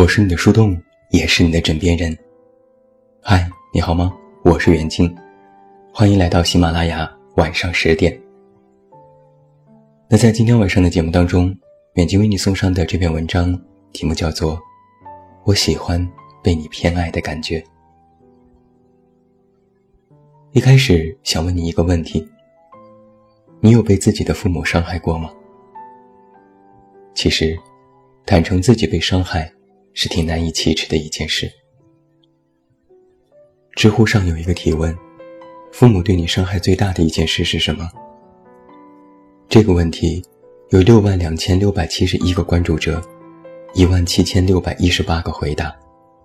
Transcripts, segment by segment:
我是你的树洞，也是你的枕边人。嗨，你好吗？我是袁静，欢迎来到喜马拉雅晚上10点。那在今天晚上的节目当中，远近为你送上的这篇文章题目叫做我喜欢被你偏爱的感觉。一开始想问你一个问题，你有被自己的父母伤害过吗？其实坦诚自己被伤害是挺难以启齿的一件事。知乎上有一个提问，父母对你伤害最大的一件事是什么？这个问题有62671个关注者17618个回答。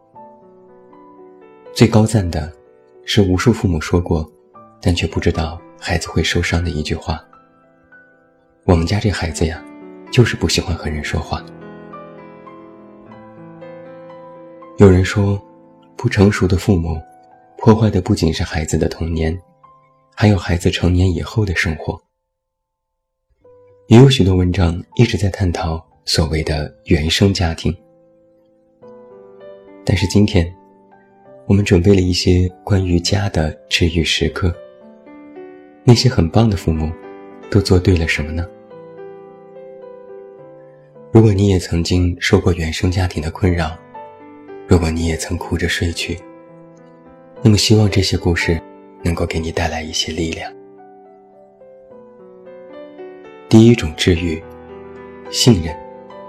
最高赞的是无数父母说过但却不知道孩子会受伤的一句话，我们家这孩子呀，就是不喜欢和人说话。有人说，不成熟的父母破坏的不仅是孩子的童年，还有孩子成年以后的生活。也有许多文章一直在探讨所谓的原生家庭。但是今天，我们准备了一些关于家的治愈时刻。那些很棒的父母都做对了什么呢？如果你也曾经受过原生家庭的困扰，如果你也曾哭着睡去，那么希望这些故事能够给你带来一些力量。第一种治愈，信任。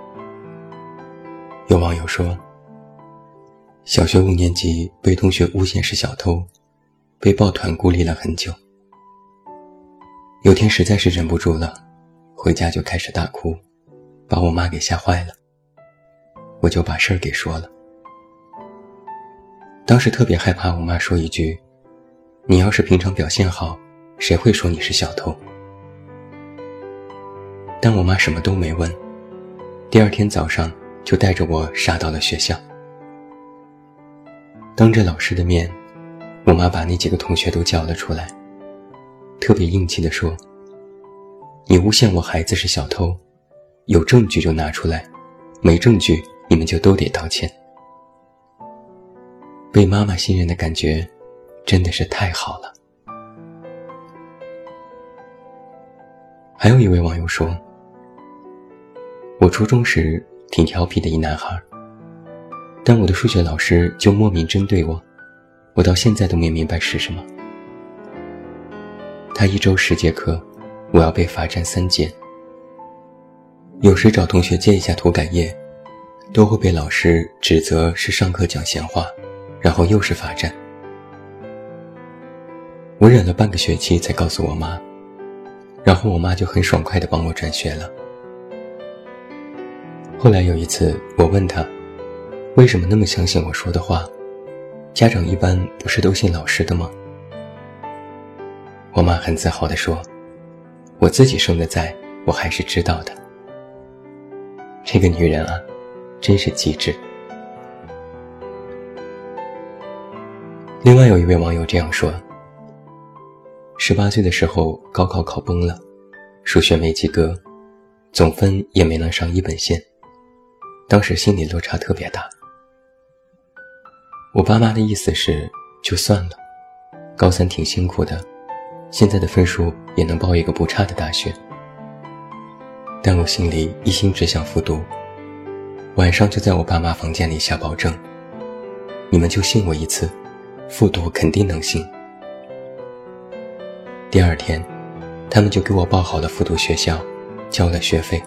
有网友说，小学5年级被同学诬陷是小偷，被抱团孤立了很久。有天实在是忍不住了，回家就开始大哭，把我妈给吓坏了。我就把事儿给说了。当时特别害怕我妈说一句，你要是平常表现好，谁会说你是小偷？但我妈什么都没问，第二天早上就带着我杀到了学校。当着老师的面，我妈把那几个同学都叫了出来，特别硬气地说，你诬陷我孩子是小偷，有证据就拿出来，没证据你们就都得道歉。被妈妈信任的感觉真的是太好了。还有一位网友说，我初中时挺调皮的一男孩，但我的数学老师就莫名针对我，我到现在都没明白是什么。他1周10节课，我要被罚站3节。有时找同学借一下涂改液，都会被老师指责是上课讲闲话，然后又是罚站。我忍了半个学期才告诉我妈，然后我妈就很爽快地帮我转学了。后来有一次我问她，为什么那么相信我说的话？家长一般不是都信老师的吗？我妈很自豪地说，我自己生的在，我还是知道的。这个女人啊，真是机智。另外有一位网友这样说，18岁的时候高考考崩了，数学没及格，总分也没能上1本线，当时心理落差特别大。我爸妈的意思是，就算了，高3挺辛苦的，现在的分数也能报一个不差的大学。但我心里一心只想复读，晚上就在我爸妈房间里下保证，你们就信我一次，复读肯定能行。第二天，他们就给我报好了复读学校，交了学费。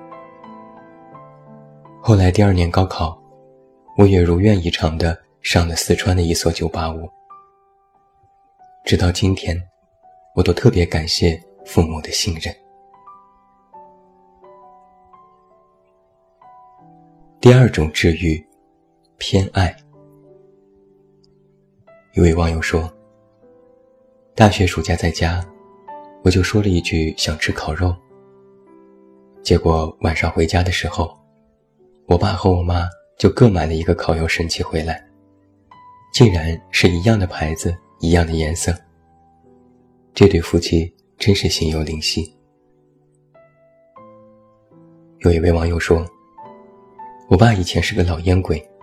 后来第2年高考，我也如愿以偿地上了四川的一所985。直到今天，我都特别感谢父母的信任。第二种治愈，偏爱。一位网友说，大学暑假在家，我就说了一句想吃烤肉。结果晚上回家的时候，我爸和我妈就各买了一个烤肉神器回来，竟然是一样的牌子，一样的颜色。这对夫妻真是心有灵犀。有一位网友说，我爸以前是个老烟鬼，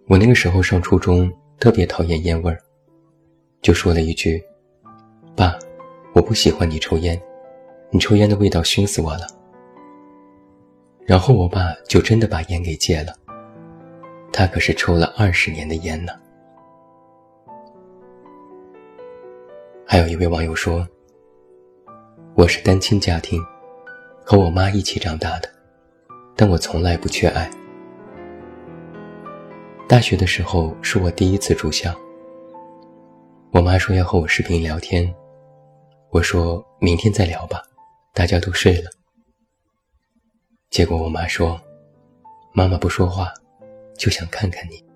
我那个时候上初中，特别讨厌烟味儿，就说了一句：爸，我不喜欢你抽烟，你抽烟的味道熏死我了。然后我爸就真的把烟给戒了，他可是抽了20年的烟呢。还有一位网友说，我是单亲家庭，和我妈一起长大的，但我从来不缺爱。大学的时候是我第一次住校，我妈说要和我视频聊天，我说明天再聊吧，大家都睡了。结果我妈说，妈妈不说话，就想看看你。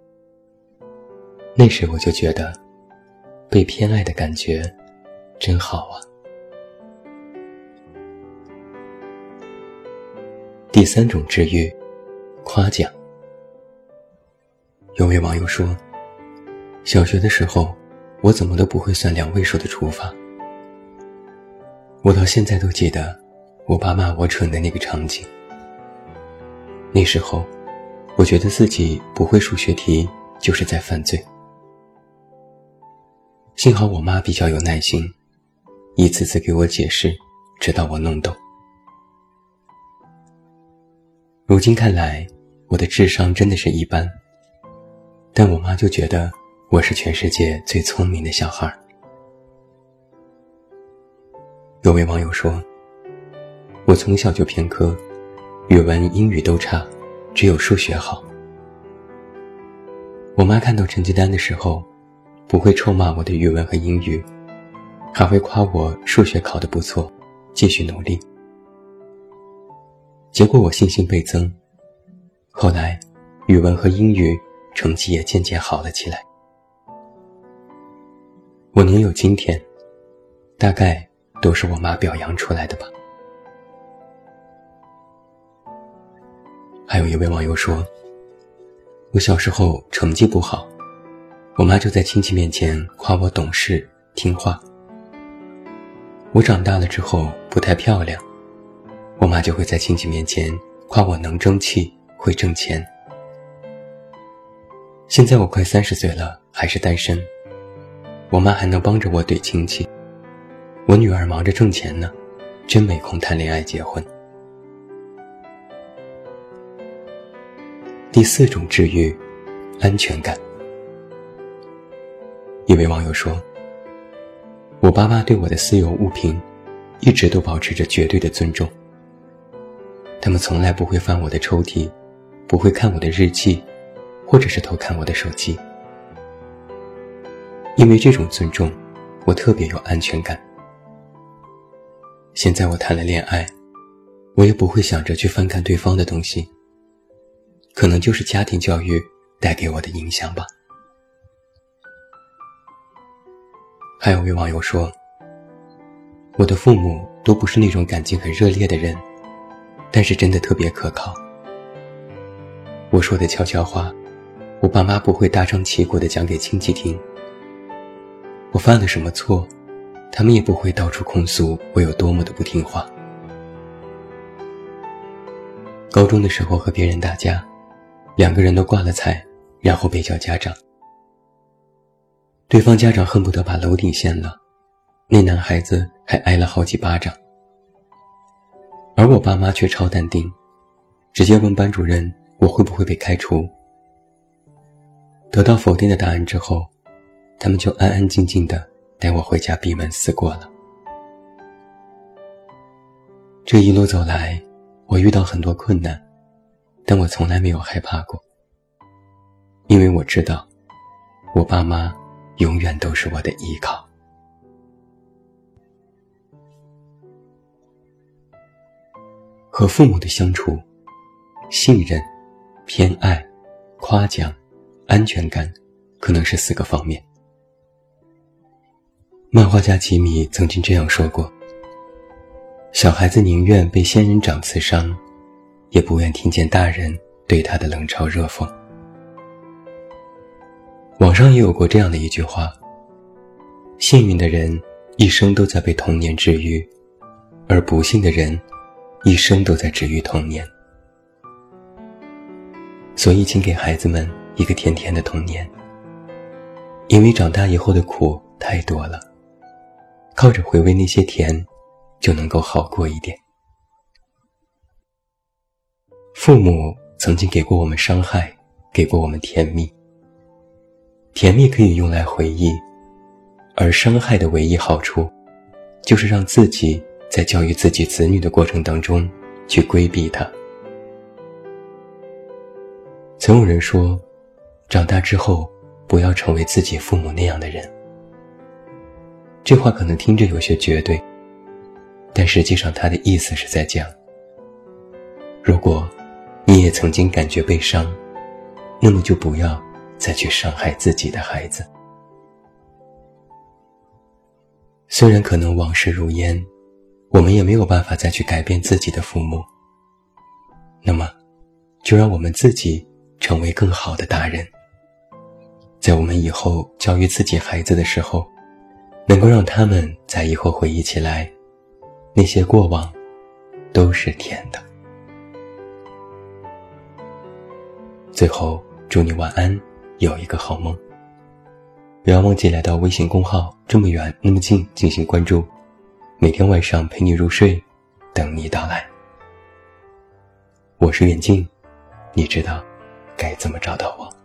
那时我就觉得，被偏爱的感觉真好啊。第3种治愈，夸奖。有位网友说，小学的时候，我怎么都不会算2位数的除法。我到现在都记得我爸骂我蠢的那个场景。那时候，我觉得自己不会数学题就是在犯罪。幸好我妈比较有耐心，一次次给我解释，直到我弄懂。如今看来，我的智商真的是一般，但我妈就觉得我是全世界最聪明的小孩。有位网友说，我从小就偏科，语文英语都差，只有数学好。我妈看到成绩单的时候，不会臭骂我的语文和英语，还会夸我数学考得不错，继续努力。结果我信心倍增，后来语文和英语成绩也渐渐好了起来。我能有今天，大概都是我妈表扬出来的吧。还有一位网友说，我小时候成绩不好，我妈就在亲戚面前夸我懂事听话。我长大了之后不太漂亮，我妈就会在亲戚面前夸我能争气会挣钱。现在我快30岁了，还是单身，我妈还能帮着我怼亲戚，我女儿忙着挣钱呢，真没空谈恋爱结婚。第4种治愈，安全感。一位网友说，我爸妈对我的私有物品一直都保持着绝对的尊重，他们从来不会翻我的抽屉，不会看我的日记，或者是偷看我的手机。因为这种尊重，我特别有安全感。现在我谈了恋爱，我也不会想着去翻看对方的东西，可能就是家庭教育带给我的影响吧。还有位网友说，我的父母都不是那种感情很热烈的人，但是真的特别可靠。我说的悄悄话，我爸妈不会大张旗鼓地讲给亲戚听。我犯了什么错，他们也不会到处控诉我有多么的不听话。高中的时候和别人打架，2个人都挂了彩，然后被叫家长。对方家长恨不得把楼顶掀了，那男孩子还挨了好几巴掌。而我爸妈却超淡定，直接问班主任我会不会被开除。得到否定的答案之后，他们就安安静静地带我回家闭门思过了。这一路走来，我遇到很多困难，但我从来没有害怕过，因为我知道我爸妈永远都是我的依靠。和父母的相处，信任、偏爱、夸奖、安全感可能是4个方面。漫画家吉米曾经这样说过，小孩子宁愿被仙人掌刺伤，也不愿听见大人对他的冷嘲热讽。网上也有过这样的一句话，幸运的人一生都在被童年治愈，而不幸的人一生都在治愈童年。所以请给孩子们一个甜甜的童年，因为长大以后的苦太多了，靠着回味那些甜，就能够好过一点。父母曾经给过我们伤害，给过我们甜蜜，甜蜜可以用来回忆，而伤害的唯一好处，就是让自己在教育自己子女的过程当中去规避它。曾有人说，长大之后不要成为自己父母那样的人。这话可能听着有些绝对，但实际上他的意思是在讲，如果你也曾经感觉被伤，那么就不要再去伤害自己的孩子。虽然可能往事如烟，我们也没有办法再去改变自己的父母，那么就让我们自己成为更好的大人，在我们以后教育自己孩子的时候，能够让他们在以后回忆起来，那些过往都是甜的。最后祝你晚安，有一个好梦。不要忘记来到微信公号这么远那么近进行关注，每天晚上陪你入睡，等你到来。我是远近，你知道该怎么找到我。